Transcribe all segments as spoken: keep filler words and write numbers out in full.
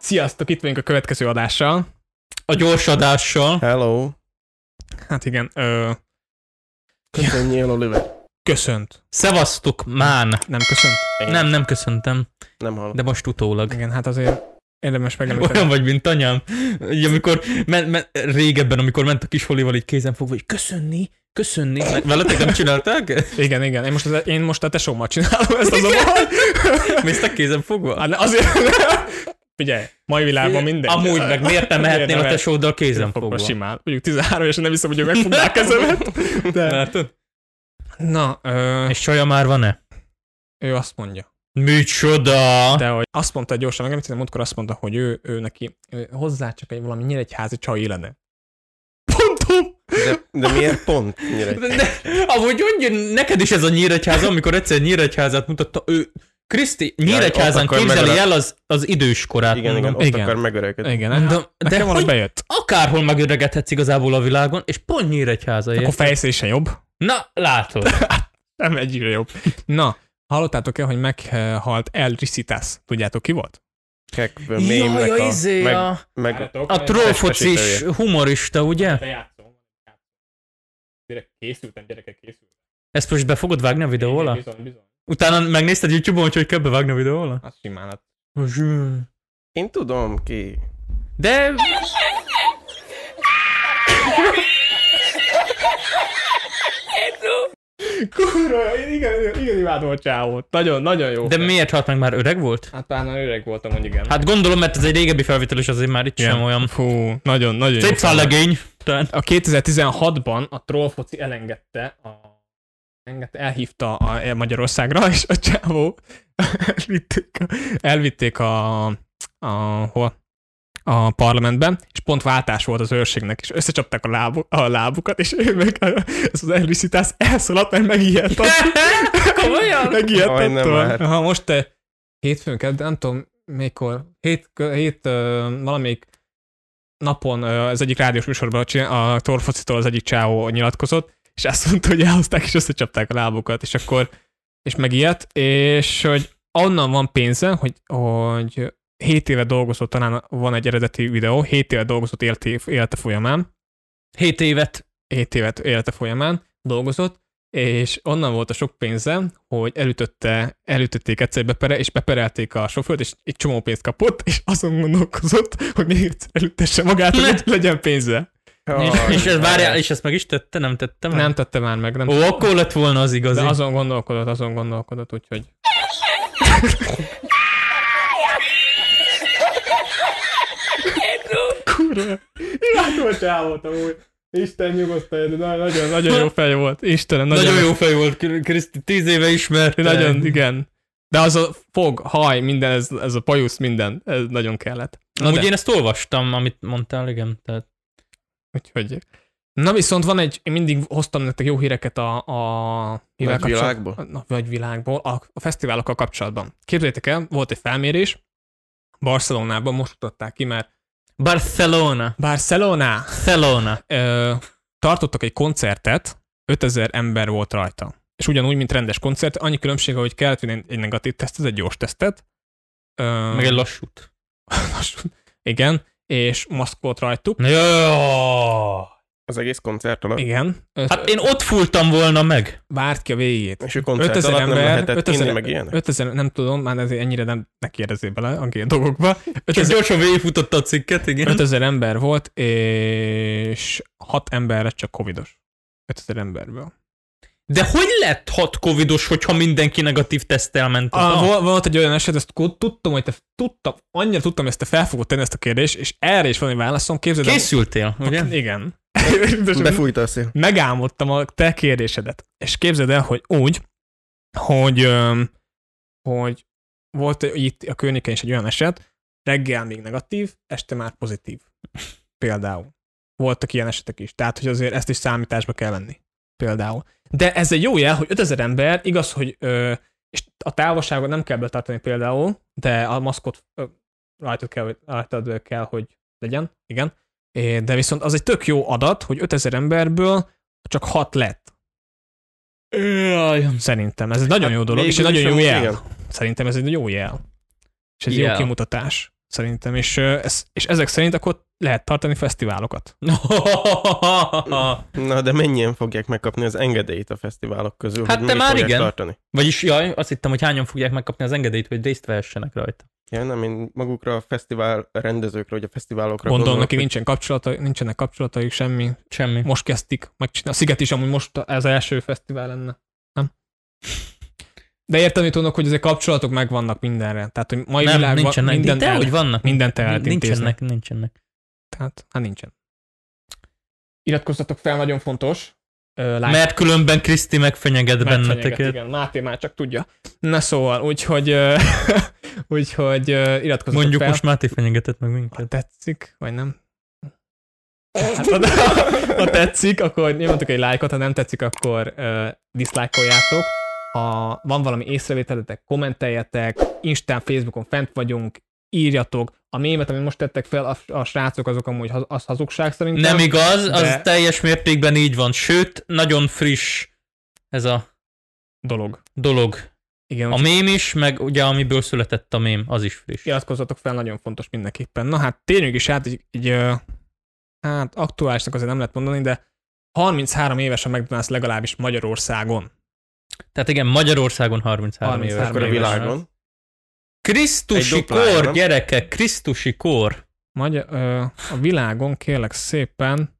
Sziasztok, itt vagyunk a következő adással. A gyors adással. Hello. Hát igen. Ö... Köszönjél, Oliver. Köszönt. Szevasztok, mán. Nem köszönt? Én Nem, nem köszöntem. Nem hallom. De most utólag. Igen, hát azért érdemes megemlíteni. Olyan vagy, mint anyám. Így, amikor men, men, régebben, amikor ment a kis Holival így kézen fogva, hogy köszönni, köszönni. Meg veletek nem csinálták? Igen, igen. Én most, az, én most a tesómmal csinálom ezt az abban. Méztek kézen fogva? Hát azért... Figyelj, mai világban minden. Amúgy meg miért nem mehetnél a tesóddal kézen fogva? Simán. Mondjuk tizenhárom évesen nem hiszem, hogy ő megfogná a kezemet. De... Látod? Na, ö... És csaja már van-e? Ő azt mondja. Micsoda! De hogy azt mondta gyorsan, meg nem múltkor azt mondta, hogy ő, ő neki ő hozzá csak egy valami nyíregyházi csaj lenne. Pontom! De, de miért pont De, de, amúgy mondja, neked is ez a Nyíregyháza, amikor egyszer Nyíregyházát mutatta, ő Kriszti Nyíregyházán ja, képzeli megöreg... el az, az időskorát. Igen, igen, ott igen. akar megöregedni. Igen, de, de, de valahogy bejött. Akárhol megöregedhetsz igazából a világon, és pont Nyíregyháza. Akkor fejszése jobb. Na, látod. Nem egyre jobb. Na, hallottátok-e, hogy meghalt El Ricitas? Tudjátok ki volt? Kek, mémnek Jaj, a... izé meg, a... meg, A trollfocis humorista, ugye? Bejátszom. Készültem, gyerekek, készültem. Ezt most be fogod vágni a videó alá? Bizony, bizony. Utána megnézted YouTube-on, hogy kell bevágni a videó alá? Az simán. Hát. Én tudom ki. De... Kurva, igen, igen, imádom a csávót. Nagyon, nagyon jó. De fel. miért halt meg, már öreg volt? Hát már öreg voltam, hogy igen. Hát gondolom, mert ez egy régebbi felvétel, és azért már itt igen. sem olyan... Fú, nagyon, nagyon Szép jó. szállegény. A kétezer-tizenhatban a trollfoci elengedte a... Elengedte, elhívta a Magyarországra, és a csávó elvitték a, elvitték a, a, hol? A parlamentben, és pont váltás volt az őrségnek, és összecsapták a, lábu, a lábukat, és ő meg ez az El Ricitas elszaladt, mert megijedt attól. Komolyan? Megijedt Aj, nem attól. már. Ha most te hétfőn, de nem tudom mikor, hét, hét uh, valamelyik napon uh, az egyik rádiós műsorban a, a Torfocitól az egyik csávó nyilatkozott, és azt mondta, hogy elhozták, és összecsapták a lábukat, és akkor, és megijedt, és hogy onnan van pénze, hogy, hogy hét éve dolgozott, talán van egy eredeti videó, hét éve dolgozott élete, élete folyamán. Hét évet. hét évet élete folyamán dolgozott, és onnan volt a sok pénze, hogy elütötte, elütötték egyszer bepere, és beperelték a sofőrt, és egy csomó pénzt kapott, és azon gondolkozott, hogy még egyszer elüttesse magát, hogy legyen pénze. Oh, és, ez, várjál, és ezt meg is tette? Nem tette meg? Nem tette már meg. Nem Ó, akkor lett volna az igazi. De azon gondolkodott, azon gondolkodott, úgyhogy... Kurva! Imádom a csávót amúgy. Isten nyugosztalja, de nagyon, nagyon jó fej volt. Istenem, nagyon, nagyon jó fej volt, Kriszti, tíz éve ismerte. Nagyon, igen. De az a fog, haj, minden, ez, ez a pajusz, minden, ez nagyon kellett. Na Amúgy de. én ezt olvastam, amit mondtál, igen. Tehát... Úgyhogy... Na viszont van egy, én mindig hoztam nektek jó híreket a... a Nagy világból? Na, vagy világból, a, a fesztiválokkal kapcsolatban. Képzeljétek el, volt egy felmérés, Barcelonában most mutatták ki, mert Barcelona. Barcelona. Barcelona. Ö, tartottak egy koncertet, ötezer ember volt rajta. És ugyanúgy, mint rendes koncert, annyi különbség, hogy kellett vinni egy negatív tesztet, egy gyors tesztet. Ö, Meg egy lassút. lassút. Igen, és maszk volt rajtuk. Na jó. Az egész koncert alatt. Igen. Hát én ott fultam volna meg. Várt ki a végét. És a koncert ötezer alatt ember, nem lehetett ötezer, inni, meg ilyenek? ötezer, nem tudom, már ezért ennyire nem ne kérdezzél bele a két dolgokba. Csak gyorsan végigfutotta a cikket, igen. ötezer ember volt, és hat emberre csak covidos. ötezer emberből. De hogy lett hat covidos, hogyha mindenki negatív teszttel ment? A, volt, volt egy olyan eset, ezt tudtam, hogy te tudtam, annyira tudtam, hogy ezt te fel fogod tenni ezt a kérdést, és erre is van egy válaszom. Képzeld, készültél, a, ugye? Igen. Befújta a szél. Megálmodtam a te kérdésedet. És képzeld el, hogy úgy, hogy, öm, hogy volt itt a környéken is egy olyan eset, reggel még negatív, este már pozitív. Például. Voltak ilyen esetek is. Tehát, hogy azért ezt is számításba kell venni. Például. De ez egy jó jel, hogy ötezer ember, igaz, hogy ö, és a távolságot nem kell betartani például, de a maszkot ö, rajtad, kell, rajtad kell, hogy legyen. Igen. É, de viszont az egy tök jó adat, hogy ötezer emberből csak hat lett. Jaj. Szerintem. Ez egy nagyon jó dolog, és egy nagyon jó jel. Igen. Szerintem ez egy jó jel. És ez jel. jó kimutatás. szerintem, és, ez, és ezek szerint akkor lehet tartani fesztiválokat. Na, de mennyien fogják megkapni az engedélyt a fesztiválok közül, Hát hogy te mi már fogják igen. tartani? Vagyis jaj, azt hittem, hogy hányan fogják megkapni az engedélyt, hogy részt vehessenek rajta. Ja, nem, én magukra a fesztivál rendezőkre, vagy a fesztiválokra Gondolom, gondolok, neki hogy- nincsen kapcsolata, nincsenek kapcsolataik, semmi. Semmi. Most kezdték megcsinálni. A Sziget is amúgy most ez első fesztivál lenne. Nem? De érteni tudnak, hogy ezek kapcsolatok megvannak mindenre. Tehát, hogy mai Nem, világban nincsenek. minden De el, hogy vannak? mindent el lehet intézni. Nincsenek, nincsenek. Tehát, hát nincsen. Iratkozzatok fel, nagyon fontos. Uh, like. Mert különben Kriszti megfenyeget benneteket. Fenyeget, igen, Máté már csak tudja. Na szóval, úgyhogy, uh, úgyhogy uh, iratkozzatok Mondjuk fel. most Máté fenyegetett meg Ha minket. tetszik, vagy nem? Hát, ha, ha tetszik, akkor nyomjatok egy lájkot, ha nem tetszik, akkor uh, diszlájkoljátok. Ha van valami észrevételetek, kommenteljetek, Instán, Facebookon fent vagyunk, írjatok. A mémet, amit most tettek fel, a, a srácok azok amúgy haz, az hazugság szerintem. Nem igaz, az de- teljes mértékben így van. Sőt, nagyon friss ez a dolog. dolog. Igen, A mém is, meg ugye amiből született a mém, az is friss. iratkozzatok fel, nagyon fontos mindenképpen. Na hát térjünk is át egy, egy ö, hát aktuálisnak azért nem lehet mondani, de harminchárom éves a McDonald's legalábbis Magyarországon. Tehát igen, Magyarországon harminchárom, harminchárom éves. Akkor a éves. világon. Krisztusi Egy duplája, kor, nem? gyerekek, Krisztusi kor. Magyar, ö, a világon kérlek szépen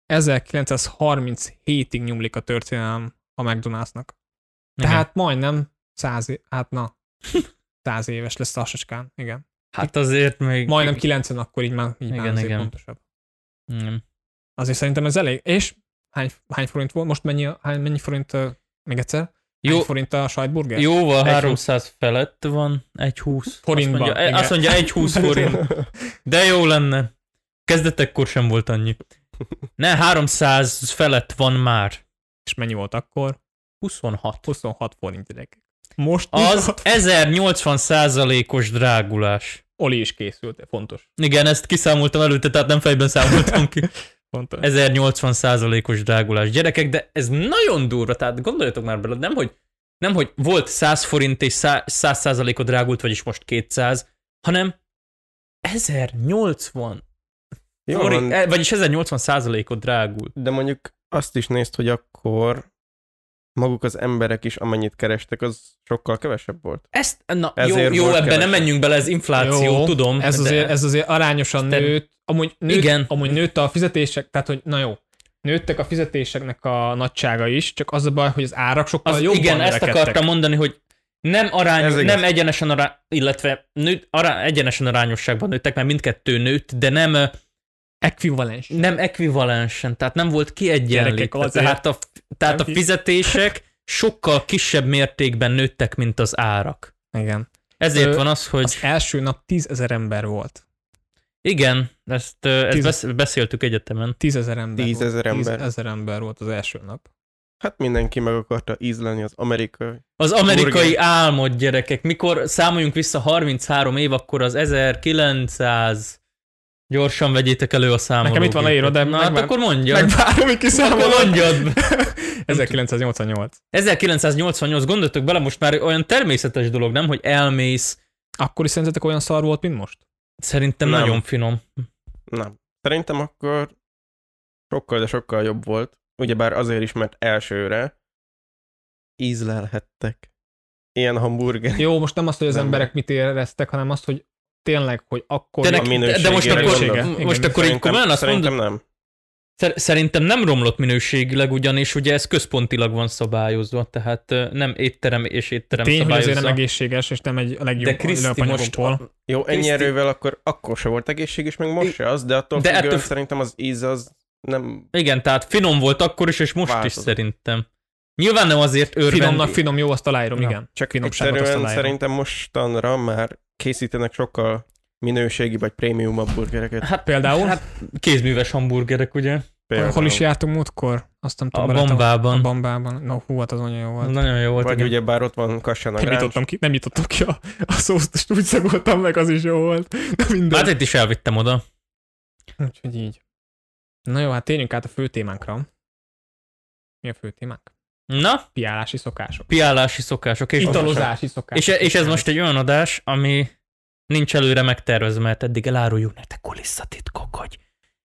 ezerkilencszázharminchétig nyúlik a történelem a McDonald'snak. Tehát majdnem száz, é- hát na, száz éves lesz lassacskán, igen. Hát azért még... Majdnem kilencven, akkor így már, így Igen, már azért igen. pontosabb. Igen. Azért szerintem ez elég. És hány, hány forint volt? Most mennyi, hány, mennyi forint, uh, még egyszer? Jó, Hány forint a sajtburger? jóval Egy háromszáz felett van, egy húsz. Forintban, Azt mondja, igen. azt mondja egy húsz forint. De jó lenne. Kezdetekkor sem volt annyi. Ne, háromszáz felett van már. És mennyi volt akkor? huszonhat. huszonhat forint gyerekek. Most Az ezernyolcvan százalékos drágulás. Oli is készült, fontos. Igen, ezt kiszámoltam előtte, tehát nem fejben számoltam ki. fontos. ezernyolcvan százalékos drágulás. Gyerekek, de ez nagyon durva, tehát gondoljatok már bele, nem hogy, nem, hogy volt száz forint és száz százalékot drágult, vagyis most kétszáz, hanem ezernyolcvan Jó forint, van, eh, vagyis ezernyolcvan százalékot drágult. de mondjuk azt is nézd, hogy akkor maguk az emberek is, amennyit kerestek, az sokkal kevesebb volt. Ezt, na Ezért jó, jó volt ebben nem kevesebb. menjünk bele, ez infláció, Jó, tudom. Ez de- azért, ez azért arányosan Te- nőtt. Amúgy nőtt, Igen. amúgy nőtt a fizetések, tehát hogy na jó, nőttek a fizetéseknek a nagysága is, csak az a baj, hogy az árak sokkal Az, jobban igen, ezt növekedtek. akartam mondani, hogy nem arányos, Ez igaz. nem egyenesen arány, illetve nőtt, ará, egyenesen arányosságban nőttek, mert mindkettő nőtt, de nem, ö, Ekvivalens. nem ekvivalensen, tehát nem volt Gyerekek, kiegyenlítve. azért Tehát a, tehát a nem fizetések sokkal kisebb mértékben nőttek, mint az árak. Igen. Ezért Ö, van az, hogy Az első nap tízezer ember volt. igen, ezt, ö, ezt Tíz- besz- beszéltük egyetemen. Tízezer ember Tízezer volt. ember. Tízezer ember volt az első nap. Hát mindenki meg akarta ízlelni az amerikai. Az amerikai Burger. álmod, gyerekek. Mikor számoljunk vissza harminchárom év, akkor az ezerkilencszáz... Gyorsan vegyétek elő a számológépet. Nekem itt van leírva, de Na, hát megvár- akkor mondjad. Megvárom, hogy kiszámolom. Akkor mondjad. ezerkilencszáznyolcvannyolc. ezerkilencszáznyolcvannyolc, gondoltok bele, most már olyan természetes dolog, nem, hogy elmész. Akkor is szerintetek olyan szar volt, mint most? Szerintem Nem. nagyon finom. Nem. Szerintem akkor sokkal, de sokkal jobb volt. Ugyebár azért is, mert elsőre ízlelhettek ilyen hamburger. Jó, most nem azt, hogy az Nem. emberek mit éreztek, hanem azt, hogy tényleg, hogy akkor... De, A nek, de, de most minőségére akkor, gondolok. most Igen, akkor így Szerintem, komolyan azt szerintem mondod, nem. Szer- szerintem nem romlott minőségileg, ugyanis ugye ez központilag van szabályozva, tehát ö, nem étterem és étterem Tény, hogy szabályozza. azért nem egészséges, és nem egy a legjobb De Kriszti most... alapanyagokból. Jó, ennyi Kriszti- erővel akkor akkor se volt egészséges, meg most I- se az, de attól de függően ettől- szerintem az íz az nem... Igen, tehát finom volt akkor is, és most Változott. is szerintem. Nyilván nem azért örvendi. Finomnak finom, jó, azt aláírom, Ja. igen. Csak Finomságot azt egyszerűen aláírom. szerintem mostanra már készítenek sokkal minőségi vagy prémiumabb burgereket. Hát Például? Hát kézműves hamburgerek, ugye? Például. Hol is jártunk múltkor? Azt nem A tudom. beletem- bombában. A bombában. No, hú, hát az nagyon jó volt. Nagyon jó volt. Vagy igen. ugye bár ott van Kassán a Nem gráncs. nyitottam ki, nem nyitottam ki a, a szószt, és úgy szagoltam meg, az is jó volt. De minden. Hát itt is elvittem oda. Úgyhogy így. Na jó, hát térjünk át a fő témánkra. Mi a fő témánk? Na, Piálási szokások. piálási szokások. És, Italozási szokások. és, és ez most egy olyan adás, ami nincs előre megtervezve, mert eddig eláruljuk nektek kulisszatitkok, hogy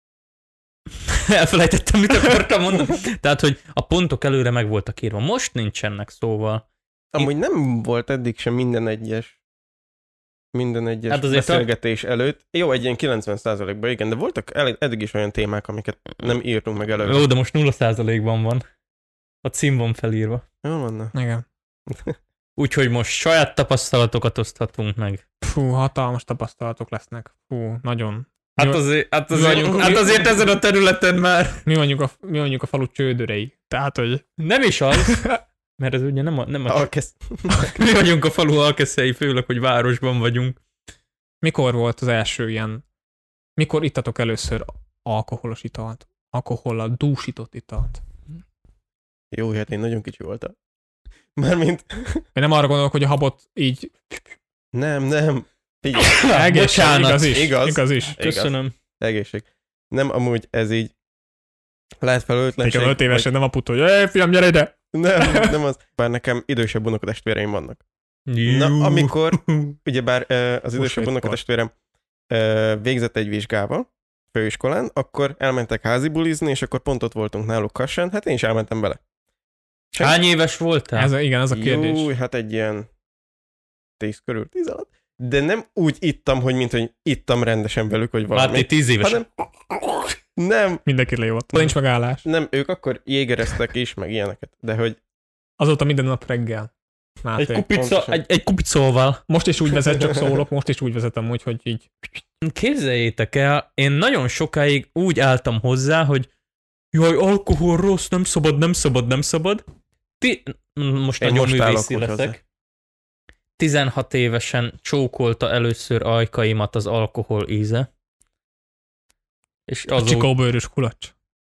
elfelejtettem, mit akartam mondani. Tehát, hogy a pontok előre meg voltak írva. Most nincsenek, szóval. Amúgy nem volt eddig sem minden egyes minden egyes Hát azért beszélgetés a... előtt. Jó, egy ilyen kilencven százalékban igen, de voltak el, eddig is olyan témák, amiket nem írtunk meg előre. Jó, de most nulla százalékban van. A cím van felírva. Jó vanna. Igen. Úgyhogy most saját tapasztalatokat oszthatunk meg. Fú, hatalmas tapasztalatok lesznek. Fú, nagyon. Hát Mi- azért, hát mi azért, vagyunk- hát mi- azért ezen a területen már Mi mondjuk a, mi mondjuk a falu csődörei. Tehát, hogy nem is az, mert ez ugye nem a, nem a Alkesz... mi vagyunk a falu alkeszei, főleg, hogy városban vagyunk. mikor volt az első ilyen, mikor ittatok először alkoholos italt? Alkohollal dúsított italt? Jó, hát én nagyon kicsi voltam. Mármint... Én nem arra gondolok, hogy a habot így Nem, nem. Figyelj, egészség, bocsánat, igaz is. igaz. Igaz is. Köszönöm. egészség. Nem, amúgy ez így... Lehet felőtlenség. Nekem öt évesen nem a putó, hogy "Éj, fiam, gyere ide!" Nem, nem az. Bár nekem idősebb unokatestvéreim vannak. Jú. Na, amikor, ugyebár ö, az idősebb Húsvétkor. unokatestvérem ö, végzett egy vizsgával, főiskolán, akkor elmentek házi bulizni, és akkor pont ott voltunk náluk Kassán, hát én is elmentem bele. Hány éves voltál? Ez a, igen, ez a kérdés. Jó, hát egy ilyen tíz körül, tíz alatt. De nem úgy ittam, hogy mint hogy ittam rendesen velük, hogy valami. Máté tíz éves. hanem nem, Mindenki lejótt. Nincs megállás. nem, ők akkor jégereztek is, meg ilyeneket. De hogy Azóta minden nap reggel. Máté. Egy, kupica, pontosan. egy, egy kupicóval. Most is úgy vezet, csak szólok, most is úgy vezetem úgy, hogy így. Képzeljétek el, én nagyon sokáig úgy álltam hozzá, hogy jaj, alkohol rossz, nem szabad, nem szabad, nem szabad. Ti... Most Én nagyon most állok művészi úgy leszek. hozzá. tizenhat évesen csókolta először ajkaimat az alkohol íze. És A azóta... csikóbőrös kulacs.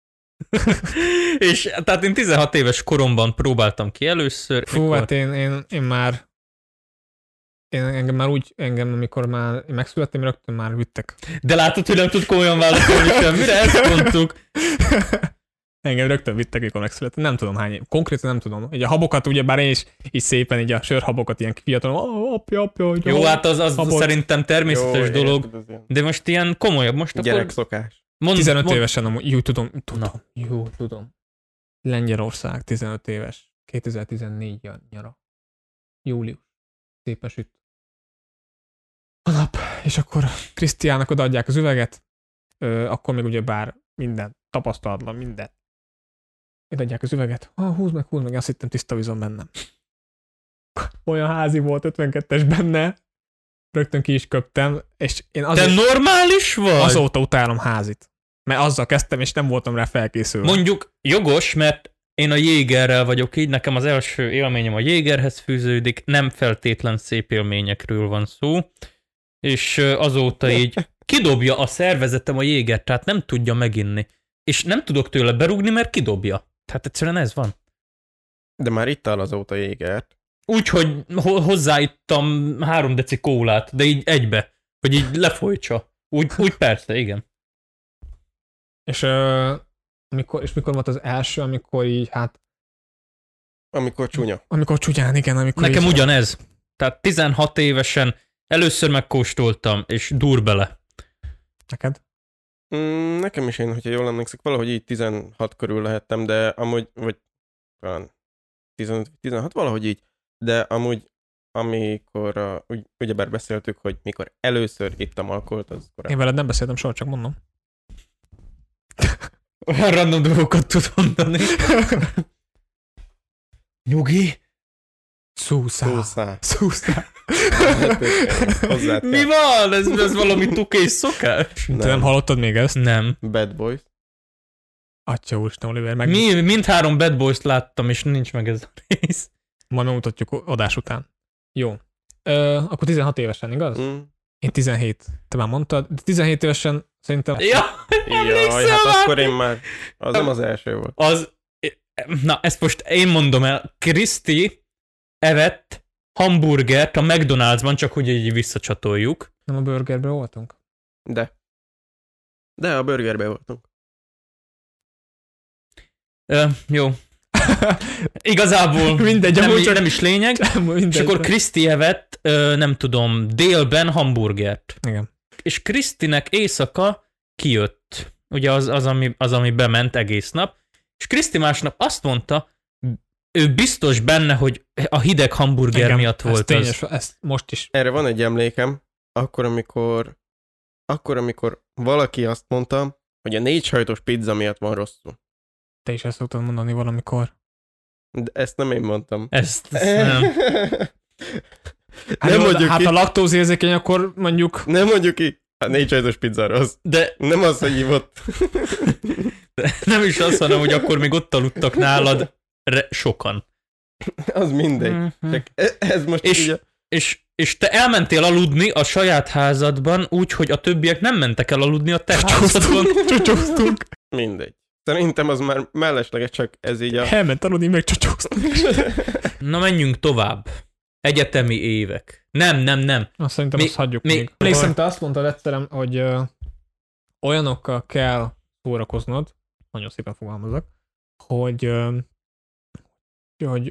És tehát én tizenhat éves koromban próbáltam ki először. Fú, mikor- hát én, én, én már én, engem már úgy, engem amikor már én megszülettem, rögtön már vittek. De látod, hogy nem tud komolyan válaszolni semmire, ezt mondtuk. Engem rögtön vittek, amikor megszülettem. Nem tudom hány év. Konkrétan nem tudom. Így a habokat, ugye bár én is így szépen, így a sörhabokat ilyen fiatalon, oh, apja, apja, hogy Jó, hát az, az Habot. szerintem természetes Jó, dolog, érted, az ilyen de most ilyen komolyabb. Most akkor... gyerekszokás. Mond, tizenöt mond... évesen, amúgy, jó, tudom, tudom, Na. jó, tudom. Lengyelország, tizenöt éves, kétezer-tizennégy ny- nyara. Július. Szépen süt. A nap. És akkor Krisztiának odaadják az üveget, ö, akkor még ugye bár minden, tapasztalatlan, minden. Odaadják az üveget, ah, húzd meg, húzd meg, azt hittem tiszta vízon bennem. Olyan házi volt, ötvenkettes benne, rögtön ki is köptem, és én Te azért, normális vagy? azóta utálom házit. Mert azzal kezdtem, és nem voltam rá felkészülve. Mondjuk jogos, mert én a Jégerrel vagyok így, nekem az első élményem a Jégerhez fűződik, nem feltétlen szép élményekről van szó, és ö, azóta így kidobja a szervezetem a Jégert, tehát nem tudja meginni. És nem tudok tőle berúgni, mert kidobja. Tehát egyszerűen ez van. De már ittál azóta jégert. Úgyhogy ho- hozzáittam három deci kólát, de így egybe, hogy így lefolytsa. Úgy, úgy persze, igen. És, ö, amikor, és mikor volt az első, amikor így, hát, Amikor csúnya. amikor csúgyán, igen, amikor Nekem így, ugyanez. Tehát tizenhat évesen először megkóstoltam, és dur bele. Neked? Mm, nekem is én, hogyha jól emlékszek, valahogy így tizenhat körül lehettem, de amúgy, vagy talán tizenöt, tizenhat, valahogy így, de amúgy amikor, uh, úgy, ugyebár beszéltük, hogy mikor először ittam alkoholt, az Én korábban. veled nem beszéltem soha, csak mondom. Olyan random dolgokat tud mondani. Nyugi? Szúszál. Szószá. Szúszál. Hozzá Mi van? Ez, ez valami tukés szokás? Te nem hallottad még ezt? Nem. Bad Boys. Atya úristen, Oliver, meg Mi, mindhárom Bad Boys-t láttam, és nincs meg ez a rész. majd megmutatjuk adás után. Jó. Ö, akkor tizenhat évesen, igaz? Mm. Én tizenhét. Te már mondtad. De tizenhét évesen szerintem... Ja, Jaj, hát már. akkor én már, az nem az első volt. az... Na, ezt most én mondom el. Kriszti evett hamburgert a McDonald'sban, csak hogy így visszacsatoljuk. Nem a burgerben voltunk? De. De a burgerbe voltunk. Ö, jó. Igazából Mindegy, nem, amúgy csak- nem is lényeg. Mindegy, És akkor de- Kriszti evett, ö, nem tudom, délben hamburgert. Igen. És Krisztinek éjszaka kijött. Ugye az, az, ami, az, ami bement egész nap. És Kriszti másnap azt mondta, ő biztos benne, hogy a hideg hamburger Igen, miatt ez volt tényes, az. ez most is. Erre van egy emlékem, akkor, amikor akkor, amikor valaki azt mondta, hogy a négy sajtos pizza miatt van rosszul. Te is ezt szoktad mondani valamikor. De ezt nem én mondtam. Ezt, ezt nem. Hát, nem jó, mondjuk hát ki. a laktózérzékeny, akkor mondjuk... Nem mondjuk ki. A négy sajtos pizza rossz. De, Nem az, hogy hívott. de nem is azt hanem, hogy akkor még ott aludtak nálad re, sokan. Az mindegy. Mhm. Csak e- ez most És- így a... És, és te elmentél aludni a saját házadban, úgy, hogy a többiek nem mentek el aludni a te házadban. Csocsóztunk. Mindegy. Szerintem az már mellesleges, csak ez így a... Elment aludni, meg csocsóztunk. Na menjünk tovább. Egyetemi évek. Nem, nem, nem. Azt szerintem Még- azt hagyjuk még- még. Emlékszem, te azt mondtad egyszerűen, hogy ö, olyanokkal kell szórakoznod, nagyon szépen fogalmazok, hogy, ö, hogy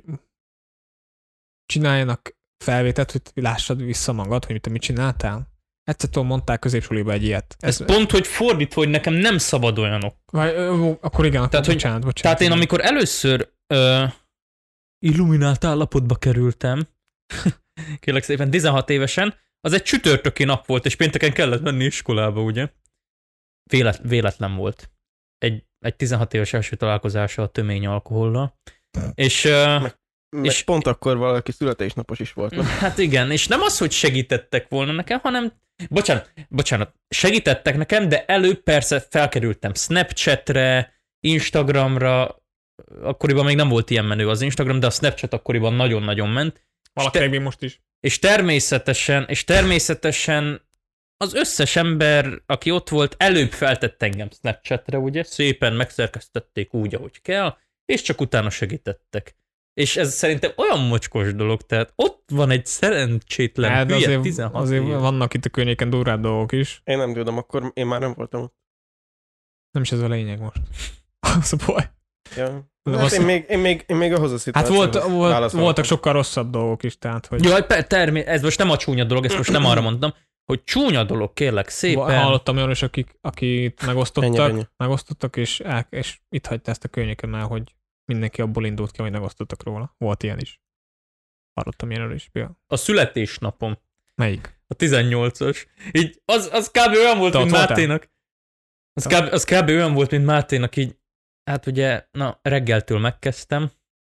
csináljanak felvételt, hogy lássad vissza magad, hogy te mit csináltál. Egyszer mondták középsuliba egy ilyet. Ez pont, hogy fordítva, hogy nekem nem szabad olyanok. Vagy, ö, akkor igen, akkor Tehát, hogy- bocsánat, bocsánat. Tehát én amikor először ö, illuminált állapotba kerültem, kérlek szépen, tizenhat évesen, az egy csütörtöki nap volt, és pénteken kellett menni iskolába, ugye? Vélet, véletlen volt. Egy, egy tizenhat éves első találkozása a tömény alkohollal. És, ö, Meg és- pont akkor valaki születésnapos is volt. Nem? hát igen, és nem az, hogy segítettek volna nekem, hanem, bocsánat, bocsánat, segítettek nekem, de előbb persze felkerültem Snapchatre, Instagramra, akkoriban még nem volt ilyen menő az Instagram, de a Snapchat akkoriban nagyon-nagyon ment. Valakinek még most is. És természetesen, és természetesen az összes ember, aki ott volt, előbb feltett engem Snapchatre, ugye, szépen megszerkesztették úgy, ahogy kell, és csak utána segítettek. És ez szerintem olyan mocskos dolog, tehát ott van egy szerencsétlen Hát, hülye, azért, tizenhat azért év. vannak itt a környéken durvább dolgok is. Én nem tudom, akkor én már nem voltam ott. Nem is ez a lényeg most. Az a baj. Ja. De Hát azt- én, még, én, még, én még ahhoz a Hát szituációhoz volt, volt, válaszoltam. voltak sokkal rosszabb dolgok is, tehát, hogy Jaj, per- termé- ez most nem a csúnya dolog, ezt most nem arra mondtam, hogy csúnya dolog, kérlek szépen. hallottam olyan is, akik, akit Ennyi, megosztottak, ennyi. megosztottak, és, el, és itt hagyta ezt a környéken már, hogy mindenki abból indult ki, hogy megosztottak róla. Volt ilyen is. Hallottam ilyenről is. Például. A születésnapom, Melyik? a tizennyolcas. Így az, az kb. Olyan volt, Te mint ott voltál? Máténak. Az kb, az kb. Olyan volt, mint Máténak, így, hát ugye, na, reggeltől megkezdtem.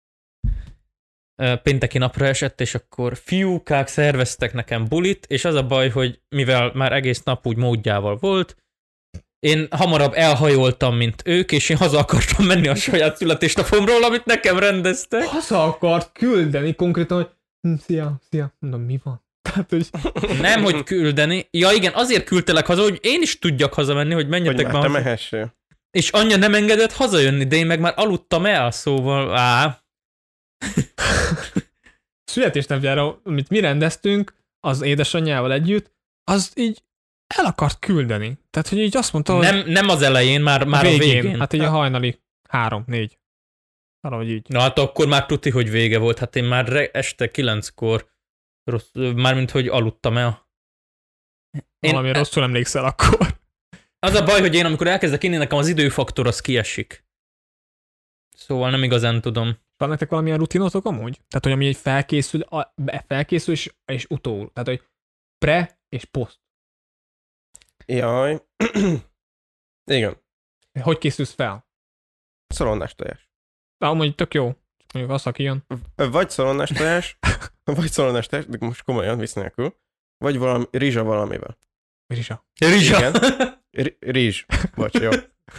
Ö, Pénteki napra esett, és akkor fiúkák szerveztek nekem bulit, és az a baj, hogy mivel már egész nap úgy módjával volt, én hamarabb elhajoltam, mint ők, és én haza akartam menni a saját születésnapomról, amit nekem rendeztek. Haza akart küldeni konkrétan, hogy hm, szia, szia. Mondom, mi van? Tehát, hogy Nem, hogy küldeni. Ja igen, azért küldtelek haza, hogy én is tudjak hazamenni, hogy Hogy menjetek már be te haza. mehessél. És anyja nem engedett hazajönni, de én meg már aludtam el, szóval á. születésnapjára, amit mi rendeztünk, az édesanyjával együtt, az így el akart küldeni. Tehát, hogy így azt mondta, hogy Nem, nem az elején, már, már a végén. végén. Hát így a hajnali három, négy. Valahogy így. Na hát akkor már tuti, hogy vége volt. Hát én már re- este kilenckor, rossz, mármint hogy aludtam el. Én, Valami rosszul emlékszel akkor. az a baj, hogy én amikor elkezdek inni, nekem az időfaktor az kiesik. Szóval nem igazán tudom. Van nektek valamilyen rutinotok amúgy? Tehát, hogy ami egy felkészül, a, be- felkészül és, és utól. Tehát, hogy pre és poszt. Jaj. Igen. Hogy készülsz fel? Szalonnás tojás. De amúgy tök jó. Csak mondjuk az, aki jön. Vagy szalonnás tojás, vagy szalonnás tojás, de most komolyan, vicc nélkül. Vagy valami, rizsa valamivel. Rizsa. Rizsa. Igen. R- rizs. Bocs, jó.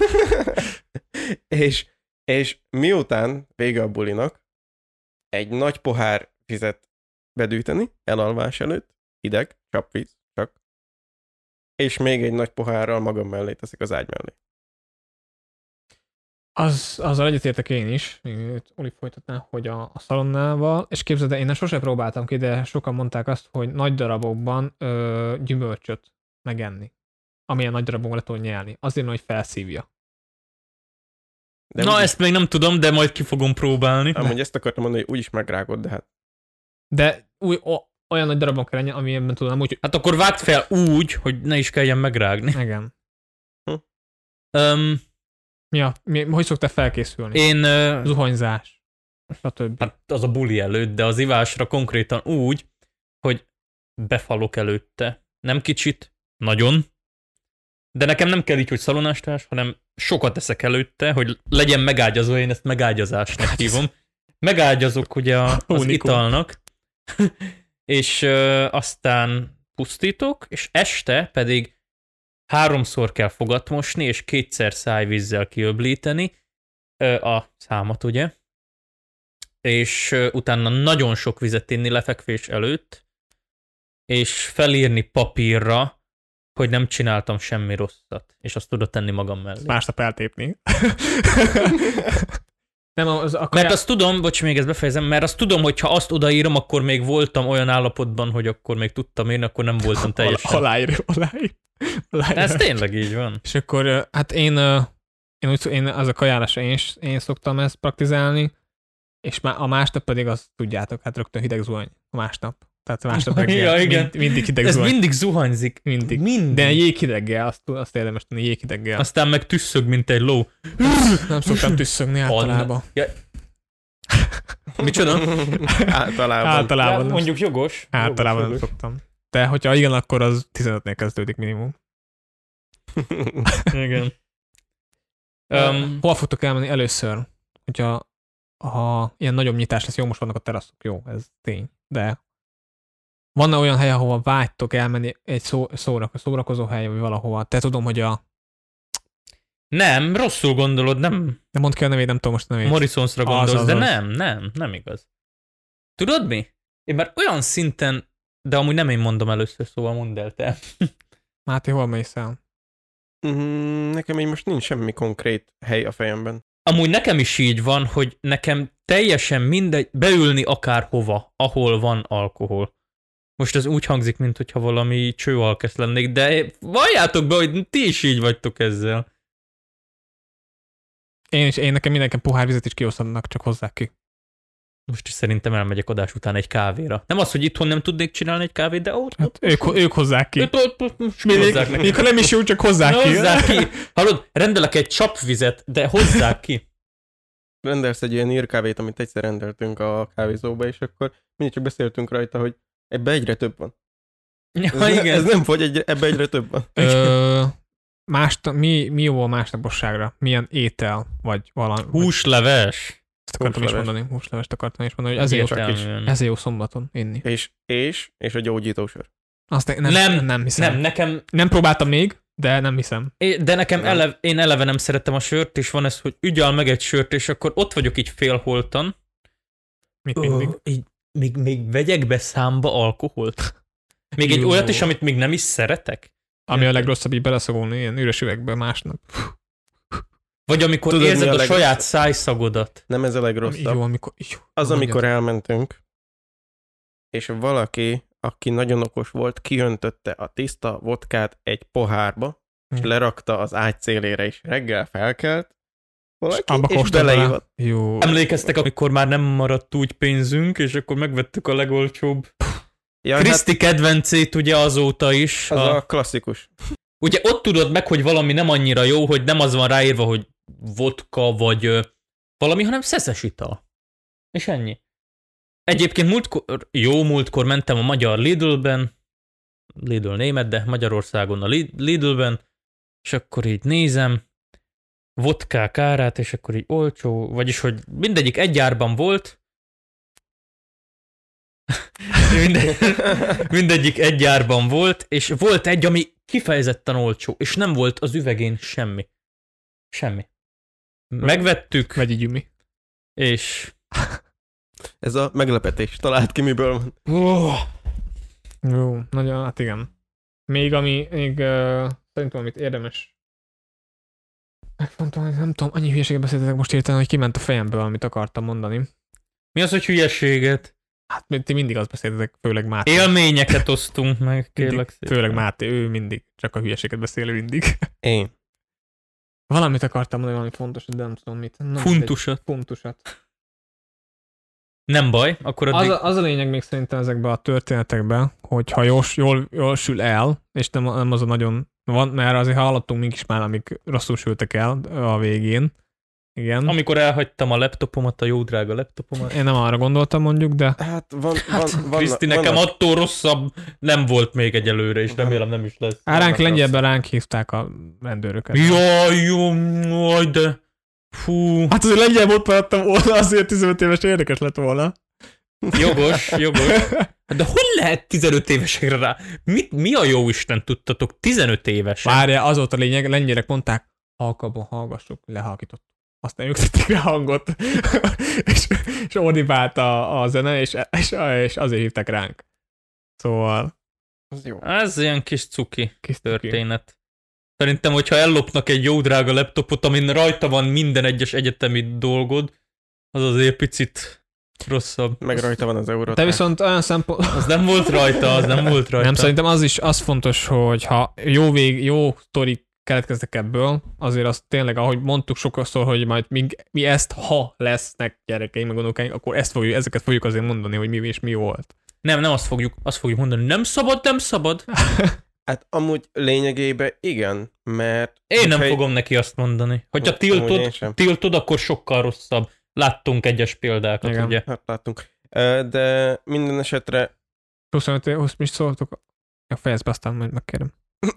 és, és miután vége a bulinak, egy nagy pohár vizet bedűteni, elalvás előtt, hideg, csapvíz, csak, és még egy nagy pohárral magam mellé teszik az ágy mellé. Az, azzal egyetértek én is, Őt Oli folytatná, hogy a, a szalonnával, és képzeld el, én sose próbáltam ki, de sokan mondták azt, hogy nagy darabokban ö, gyümölcsöt megenni. Amilyen nagy darabokban le tudod nyelni. Azért, hogy felszívja. De Na, úgy, ezt még nem tudom, de majd ki fogom próbálni. amúgy ezt akartam mondani, hogy úgyis megrágod, de hát De új, o, olyan nagy darabon kell lenni, ami ebben tudom, úgy, Hát akkor vágd fel úgy, hogy ne is kelljen megrágni. hogy igen. Um, Mi a, mi, hogy szoktál felkészülni? én... Uh, Zuhanyzás, stb. hát az a buli előtt, de az ivásra konkrétan úgy, hogy befalok előtte. Nem kicsit, nagyon. De nekem nem kell így, hogy szalonástás, hanem sokat eszek előtte, hogy legyen megágyazó, én ezt megágyazásnak hívom. Megágyazok ugye a, az Unikum. italnak, és ö, aztán pusztítok, és este pedig háromszor kell fogat mosni, és kétszer szájvízzel kiöblíteni ö, a számat, ugye? És ö, utána nagyon sok vizet inni lefekvés előtt, és felírni papírra, hogy nem csináltam semmi rosszat, és azt tudod tenni magam mellé. Másnap eltépni. Nem, az a Mert kajá... azt tudom, bocs, még ezt befejezem, mert azt tudom, hogy ha azt odaírom, akkor még voltam olyan állapotban, hogy akkor még tudtam én, akkor nem voltam teljesen. Aláír, aláír. aláír. Ez tényleg így van. És akkor, ö, hát én, ö, én, úgy, én az a kajálásra én, is- én szoktam ezt praktizálni, és má- a másnap pedig azt tudjátok, hát rögtön hideg zuhany a másnap. Tehát másnap reggel Ja, igen. Mind, mindig hideg Ez zuhany. mindig zuhanyzik. Mindig. Mindig. De jéghideggel, azt, azt érdemes tenni jéghideggel. Azt Aztán meg tüsszög, mint egy ló. nem szoktam tüsszögni általában. Ja. Micsoda? általában. Általában. Ja, nem mondjuk jogos. Általában nem jogos, szoktam. De hogyha igen, akkor az tizenötnél kezdődik minimum. jogos. Igen. Um, Hol fogtok elmenni először? Hogyha ha ilyen nagyobb nyitás lesz, jó, most vannak a teraszok, jó, ez tény. De van-e olyan hely, ahova vágytok elmenni egy szó, szórak, szórakozó hely, vagy valahova? Te tudom, hogy a... nem, rosszul gondolod, nem De mondd ki a nevét, nem tudom most a nevét. Morrisonsra Az, gondolsz, az, de az. nem, nem, nem igaz. Tudod mi? Én már olyan szinten, de amúgy nem én mondom először, szóval mondd el te. Máté, hol mész el? Mm, nekem így most nincs semmi konkrét hely a fejemben. Amúgy nekem is így van, hogy nekem teljesen mindegy, beülni akárhova, ahol van alkohol. Most ez úgy hangzik, mintha valami csőalkesz lennék, de valljátok be, hogy ti is így vagytok ezzel. Én is, én nekem mindenkem pohár vizet is kiosztanak, csak hozzák ki. Most is szerintem elmegyek adás után egy kávéra. Nem az, hogy itthon nem tudnék csinálni egy kávét, de ott, Hát ott, ők, ők hozzák ki. ott, ott, ott most Mindig, hozzák nekem. mikor nem is jó, csak hozzák ki. Hozzák ki. Hallod, rendelek egy csapvizet, de hozzák ki. Rendelsz egy ilyen írkávét, amit egyszer rendeltünk a kávézóba, és akkor mindig csak beszéltünk rajta, hogy ebbe egyre több van. Ja, Ez, igen. ne, ez nem fogy, egy, ebbe egyre több van. Ö, más, mi, mi jó a másnaposságra? Milyen étel, vagy valami? Húsleves. Ezt akartam is húsleves. mondani, húslevest akartam is mondani, hogy ezért jó, Egyértelműen. ezért jó szombaton inni. És, és, és a gyógyítósor. Azt ne, nem, Nem, nem, nem hiszem. Nem, nekem, Nem próbáltam még, de nem hiszem. é- de nekem Nem. eleve, én eleve nem szerettem a sört, és van ez, hogy ügyel meg egy sört, és akkor ott vagyok így félholtan. Mit mindig. Ö, így, még, még vegyek be számba alkoholt. Még egy Jó. olyat is, amit még nem is szeretek. Ami a legrosszabb, így beleszagolni ilyen üres üvegbe másnap. Vagy amikor Tudod, érzed mi a a legrosszabb? saját szájszagodat. Nem ez a Ami legrosszabb. jó, amikor... Jó, Az, mondjad. amikor elmentünk, és valaki, aki nagyon okos volt, kiöntötte a tiszta vodkát egy pohárba, és Hm. lerakta az ágy szélére is. Reggel felkelt, valaki, abba és kóstoltál? beleívott. Jó. Emlékeztek, amikor már nem maradt úgy pénzünk, és akkor megvettük a legolcsóbb. Ja, Kriszti kedvencét ugye azóta is. hát az a... a klasszikus. Ugye ott tudod meg, hogy valami nem annyira jó, hogy nem az van ráírva, hogy vodka vagy ö, valami, hanem szeszes ital. És ennyi. Egyébként múltkor, jó múltkor mentem a magyar Lidl-ben, Lidl német, de Magyarországon a Li- Lidl-ben, és akkor így nézem, vodkák árát, és akkor így olcsó, vagyis, hogy mindegyik egy árban volt, Minde, mindegyik egy árban volt, és volt egy, ami kifejezetten olcsó, és nem volt az üvegén semmi. Semmi. Megvettük, Vegyi gyümi. és... Ez a meglepetés. Talált ki, miből van. Oh, Jó, nagyon, hát igen. Még ami, még uh, szerintem amit érdemes megfontolni, nem tudom, annyi hülyeséget beszéltetek most érteni, hogy kiment a fejemből, amit akartam mondani. mi az, hogy hülyeséget? Hát ti mindig azt beszéltetek, főleg Máté. Élményeket osztunk meg, Mindig, kérlek szépen. főleg Máté, ő mindig, csak a hülyeséget beszélő mindig. Én. Valamit akartam mondani, valami fontos, de nem tudom mit. Na, Funtusat. Funtusat. Nem baj, akkor addig... Az a, az a lényeg még szerintem ezekben a történetekben, hogy ha jól, jól, jól sül el, és nem, nem az a nagyon... Van, mert azért hallottunk mink is már, amik rosszul sültek el a végén. Igen. Amikor elhagytam a laptopomat, a jó drága laptopomat. Én nem arra gondoltam mondjuk, de... Hát van... Hát, van, Kriszti, vannak, nekem vannak... attól rosszabb nem volt még egyelőre, és remélem nem is lesz. Á, ránk Vannak lengyelben ránk hívták a rendőröket. Jaj, jó, jaj, de... Fú. Hát azért lengyel volt maradtam volna, azért tizenöt éves érdekes lett volna. Jogos, jogos. De hogy lehet tizenöt évesekre rá? Mit, mi a jó Isten tudtatok tizenöt évesen? Várja, az volt a lényeg, lengyelek mondták, halkabban hallgassuk, lehalkítottuk. Aztán ők tették rá hangot, és, és ordibált a, a zene, és, és, és azért hívták ránk. Szóval... Az jó. Ez ilyen kis cuki Kis történet. Szerintem, hogyha ellopnak egy jó drága laptopot, amin rajta van minden egyes egyetemi dolgod, az azért picit rosszabb. Meg rajta van az euró. Te viszont olyan szempont... Az nem volt rajta, az nem volt rajta. Nem, szerintem az is az fontos, hogy ha jó vég, jó sztori keletkeznek ebből, azért azt tényleg, ahogy mondtuk sokszor, hogy majd mi, mi ezt, ha lesznek gyerekeink, meg unokáink, akkor ezt fogjuk, ezeket fogjuk azért mondani, hogy mi és mi volt. Nem, nem azt fogjuk, azt fogjuk mondani, nem szabad, nem szabad. Hát amúgy lényegében igen, mert... Én nem egy... fogom neki azt mondani. Hogyha Amúgy én tiltod, sem. tiltod, akkor sokkal rosszabb. Láttunk egyes példákat, Igen. ugye? Hát láttunk. Ö, De minden esetre... huszonöt év, mi is szóltok? Ja, fejezd be, aztán majd megkérem.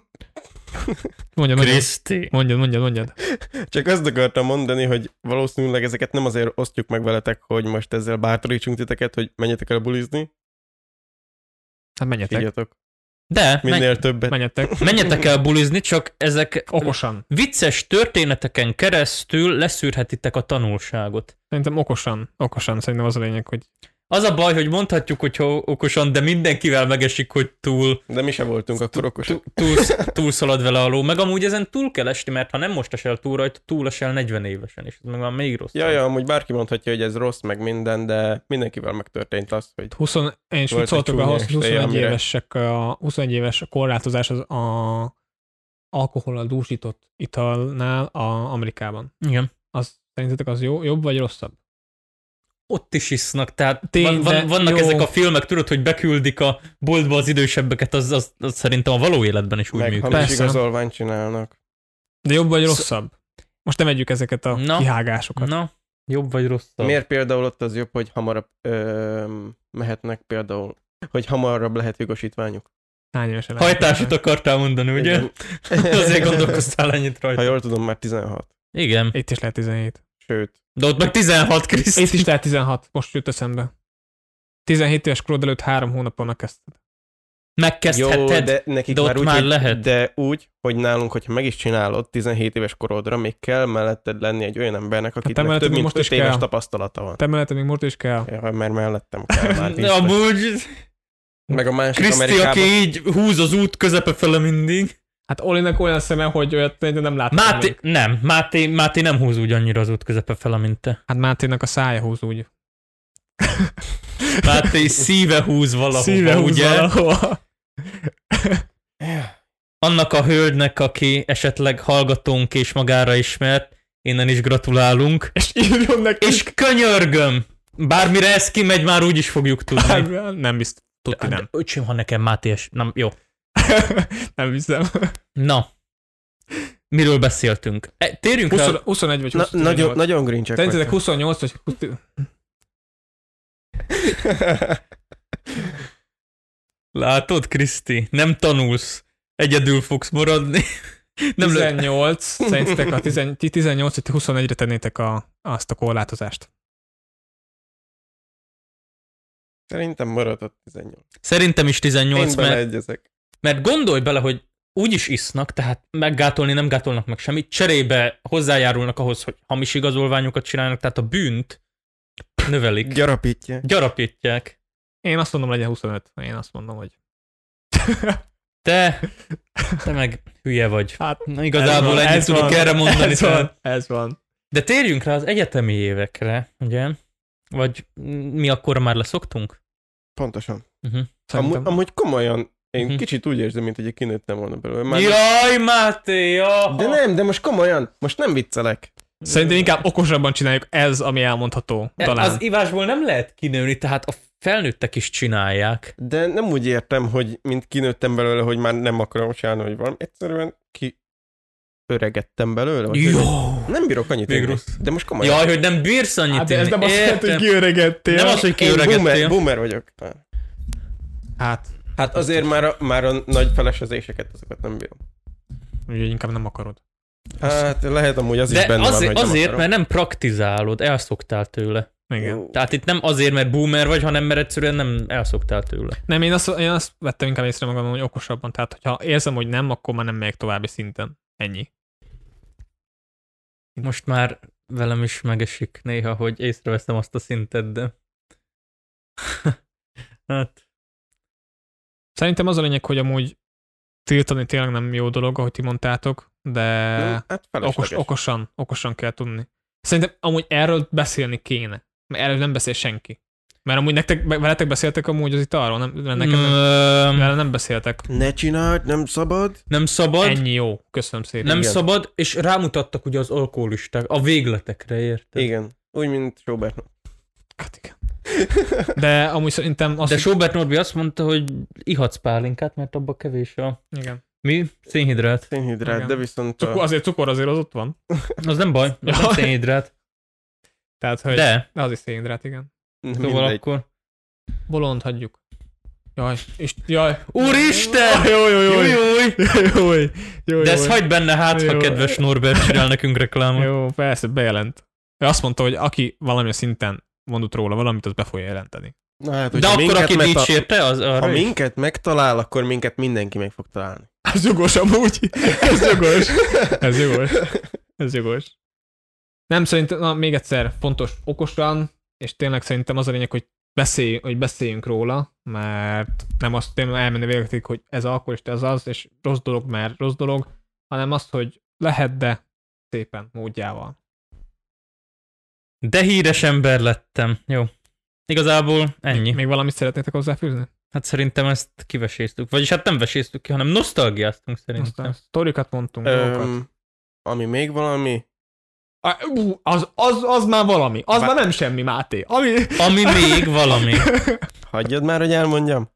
Mondjad, mondjad, Kriszti. mondjad, mondjad, mondjad. Csak azt akartam mondani, hogy valószínűleg ezeket nem azért osztjuk meg veletek, hogy most ezzel bátorítsunk titeket, hogy menjetek el bulizni. Hát menjetek, Figyeljetek. De, Minél menj, többet. menjetek. menjetek el bulizni, csak ezek Okosan. vicces történeteken keresztül leszűrhetitek a tanulságot. Szerintem okosan. Okosan. Szerintem az a lényeg, hogy Az a baj, hogy mondhatjuk, hogy okosan, de mindenkivel megesik, hogy túl, De mi se voltunk akkor okosak. túl, túl, túl szalad vele a ló. Meg amúgy ezen túl kell esni, mert ha nem most esel túl rajta, túl esel negyven évesen, és ez meg már még rossz. Ja, ja, amúgy bárki mondhatja, hogy ez rossz, meg minden, de mindenkivel megtörtént az, hogy húsz, én is úgy Volt szóltok egy ahhoz, csúnya hogy esélye, huszonegy amire- évesek, a huszonegy éves korlátozás az a alkohollal dúsított italnál a Amerikában. Igen. Az szerintetek az jó, jobb vagy rosszabb? Ott is isznak, tehát Tény, van, van, de vannak jó. ezek a filmek, tudod, hogy beküldik a boltba az idősebbeket, az, az, az szerintem a való életben is úgy meg működik. hamis Persze. igazolványt csinálnak. De jobb vagy Sz- rosszabb? Most nem vegyük ezeket a Na. kihágásokat. Na, jobb vagy rosszabb? Miért például ott az jobb, hogy hamarabb ö, mehetnek például, hogy hamarabb lehet jogosítványuk? Hány évesen? Hajtásit akartál mondani, ugye? Igen. Azért gondolkoztál ennyit rajta. Ha jól tudom, már tizenhat. Igen, Itt is lehet tizenhét. Sőt. de ott meg tizenhat, Kriszti. Itt is lehet tizenhat. Most jut eszembe. tizenhét éves korod előtt három hónappal megkezdted. Megkezdheted. Jó, de nekik de már ott úgy, már hogy, lehet. De úgy, hogy nálunk, hogyha meg is csinálod tizenhét éves korodra, még kell melletted lenni egy olyan embernek, akitnek melletted több mint most is öt éves kell. tapasztalata van. Te melletted még most is kell. Ja, mert mellettem kell már De biztos. amúgy Meg a másik Kriszti, Amerikában... aki így húz az út közepe fele mindig. Hát Olinak olyan szeme, hogy olyat nem látom. Máté, még. nem, Máté, Máté nem húz úgy annyira az út közepe fele, mint te. Hát Máténak a szája húz úgy. Máté szíve húz valahova, Szíve húz ugye? valahova. Annak a hölgynek, aki esetleg hallgatónk és magára ismert, innen is gratulálunk. És írjon neki. És könyörgöm! Bármire ez kimegy, már úgy is fogjuk tudni. Hát, nem biztos. Tudti nem. Öcsém, ha nekem Máté es... Nem, jó. Nem hiszem. Na. Miről beszéltünk? E, térjünk rá... húsz, huszonegy vagy Na, huszonnyolc. nagyon, nagyon grincsek Szerintetek vagytok. huszonnyolc vagy húsz... Látod, Kriszti? Nem tanulsz. Egyedül fogsz maradni. Nem lő... tizennyolc. Szerintetek a tizennyolc, ti tizennyolc vagy huszonegyre tennétek a, azt a korlátozást. Szerintem maradott tizennyolc. Szerintem is tizennyolc, Én mert, beleegyezek. mert gondolj bele, hogy úgy is isznak, tehát meggátolni nem gátolnak meg semmit, cserébe hozzájárulnak ahhoz, hogy hamis igazolványokat csinálnak, tehát a bűnt növelik. Gyarapítja. Gyarapítják. Én azt mondom, legyen huszonöt. Én azt mondom, hogy... Te, te meg hülye vagy. Hát, Na, igazából ez van, ennyit ez tudok van, erre mondani. Ez tehát- van, ez van. De térjünk rá az egyetemi évekre, ugye? Vagy mi akkor már leszoktunk? Pontosan. Uh-huh. Amúgy, Szerintem. amúgy komolyan Én Mhm. kicsit úgy érzem, mint hogy kinőttem volna belőle. Már Jaj, Máté, ja. De nem, de most komolyan, most nem viccelek. Szerintem inkább okosabban csináljuk, ez, ami elmondható. Talán. Az ivásból nem lehet kinőni, tehát a felnőttek is csinálják. De nem úgy értem, hogy mint kinőttem belőle, hogy már nem akarom csinálni, hogy valami. Egyszerűen ki öregettem belőle. Vagy Jó. hogy nem bírok annyit Még inni. rossz. De most komolyan. Jaj, hogy nem bírsz annyit Hát de ez inni. nem azt jelenti, hogy Értem. kiöregettél. Nem az, hogy Én boomer, kiöregettél. boomer vagyok. Hát, Hát azért már a, már a nagy felesezéseket, azokat nem bírom. ugye inkább nem akarod. Hát lehet amúgy az is De benne van, azért, hogy nem azért akarom. mert nem praktizálod, elszoktál tőle. Igen. Jó. Tehát itt nem azért, mert boomer vagy, hanem mert egyszerűen nem elszoktál tőle. Nem, én azt, én azt vettem inkább észre magam, hogy okosabban. Tehát, hogyha érzem, hogy nem, akkor már nem megyek további szinten. Ennyi. Most már velem is megesik néha, hogy észreveszem azt a szintet, de... hát... Szerintem az a lényeg, hogy amúgy tiltani tényleg nem jó dolog, ahogy ti mondtátok, de Nem, hát okos, felesleges. okosan, okosan kell tudni. Szerintem amúgy erről beszélni kéne. Mert erről nem beszél senki. Mert amúgy nektek, veletek beszéltek amúgy az itt arról, nem, mert nekem nem, Mm, vele nem beszéltek. Ne csináld, nem szabad. nem szabad, Ennyi jó, köszönöm szépen. nem Igen. szabad, és rámutattak ugye az alkoholisták, a végletekre, érted? Igen. Úgy, mint Robert. Hát igen. De amúgy szerintem azt, De Sobert Norbi azt mondta, hogy ihatsz pálinkát, mert abban kevés a... igen. Mi? Szénhidrát. Szénhidrát, Igen. de viszont Cukor, a... azért cukor azért az ott van. Az nem baj, az nem Jaj. szénhidrát. Tehát, hogy De, de az is szénhidrát, igen. szóval mindegy. akkor... Bolond hagyjuk. Jaj, és jaj. Úristen! Jó, jó, jó. Jó, Jó, jó, jó. jó, De ezt hagyd benne, hát, ha Jó. kedves Norbert csinál nekünk reklámot. Jó, persze, bejelent. Ő azt mondta, hogy aki valamilyen szinten mondott róla valamit, az be fogja jelenteni. Na hát, De hogyha akkor, minket aki megta- dicsérte, az arra Ha is? minket megtalál, akkor minket mindenki meg fog találni. Ez jogos amúgy. Ez jogos. Ez jogos. Ez jogos. Nem, szerintem, na, még egyszer, fontos okosan, és tényleg szerintem az a lényeg, hogy, beszélj, hogy beszéljünk róla, mert nem azt tényleg elmenni végletig, hogy ez alkoholista, ez az, és rossz dolog, mert rossz dolog, hanem azt, hogy lehet, de szépen, módjával. De híres ember lettem. Jó. Igazából ennyi. Még valamit szeretnétek hozzáfűzni? Hát szerintem ezt kiveséztük. Vagyis hát nem veséztük ki, hanem nosztalgiáztunk szerintem. Aztán sztorikat mondtunk, dolgokat. Öm, ami még valami, Ah, ú, Az, az, az már valami. Az Bá- már nem semmi, Máté. Ami... Ami még valami. hagyjad már, hogy elmondjam.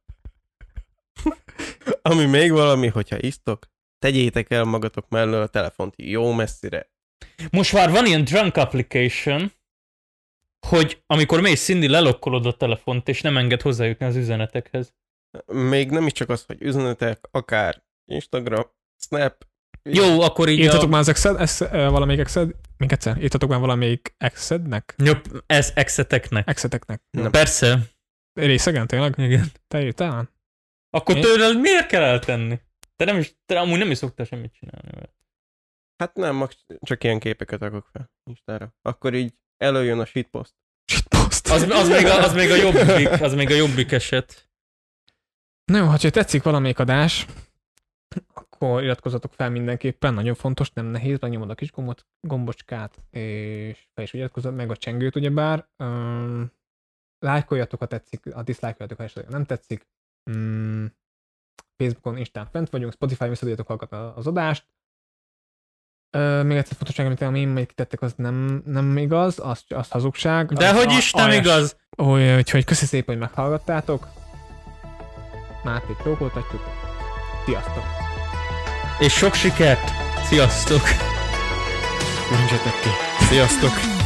Ami még valami, hogyha isztok, tegyétek el magatok mellől a telefont jó messzire. Most már van ilyen drunk application, hogy amikor mész Cindy, lelokkolod a telefont, és nem enged hozzájutni az üzenetekhez. Még nem is csak az, hogy üzenetek, akár Instagram, Snap. Jó, akkor így Írtatok a... már az exed, ex, valamelyik exed? Még egyszer, írtatok már valamelyik exednek? Nyop, ez exeteknek. Exeteknek. Nem. Persze. Részegen tényleg? Igen. Te írtál? Akkor Én- tőled miért kell eltenni? Te nem is, te amúgy nem is szoktál semmit csinálni vele. Hát nem, max- csak ilyen képeket rakok fel Instára. Akkor így előjön a shitpost. Shitpost. Az, az, még a, az még a jobbik, az még a jobbik eset. Na jó, ha tetszik valamelyik adás, akkor iratkozzatok fel mindenképpen, nagyon fontos, nem nehéz, megnyomod a kis gombot, gombocskát, és fel is iratkozzat meg a csengőt, ugyebár. Um, lájkoljatok, ha tetszik, a diszlájkoljatok, ha esetleg nem tetszik. Um, Facebookon, Instán fent vagyunk, Spotify-on visszatudjátok hallgatni az adást. Uh, még egyszer fontosság, amit ami még kitettek, az nem, nem igaz, az, az hazugság. De az hogy a- is nem aljas. igaz? Úgy, úgyhogy köszi szépen, hogy meghallgattátok. Máté csókoltatjuk. Sziasztok! És sok sikert! Sziasztok! Mondjatok ki. Sziasztok!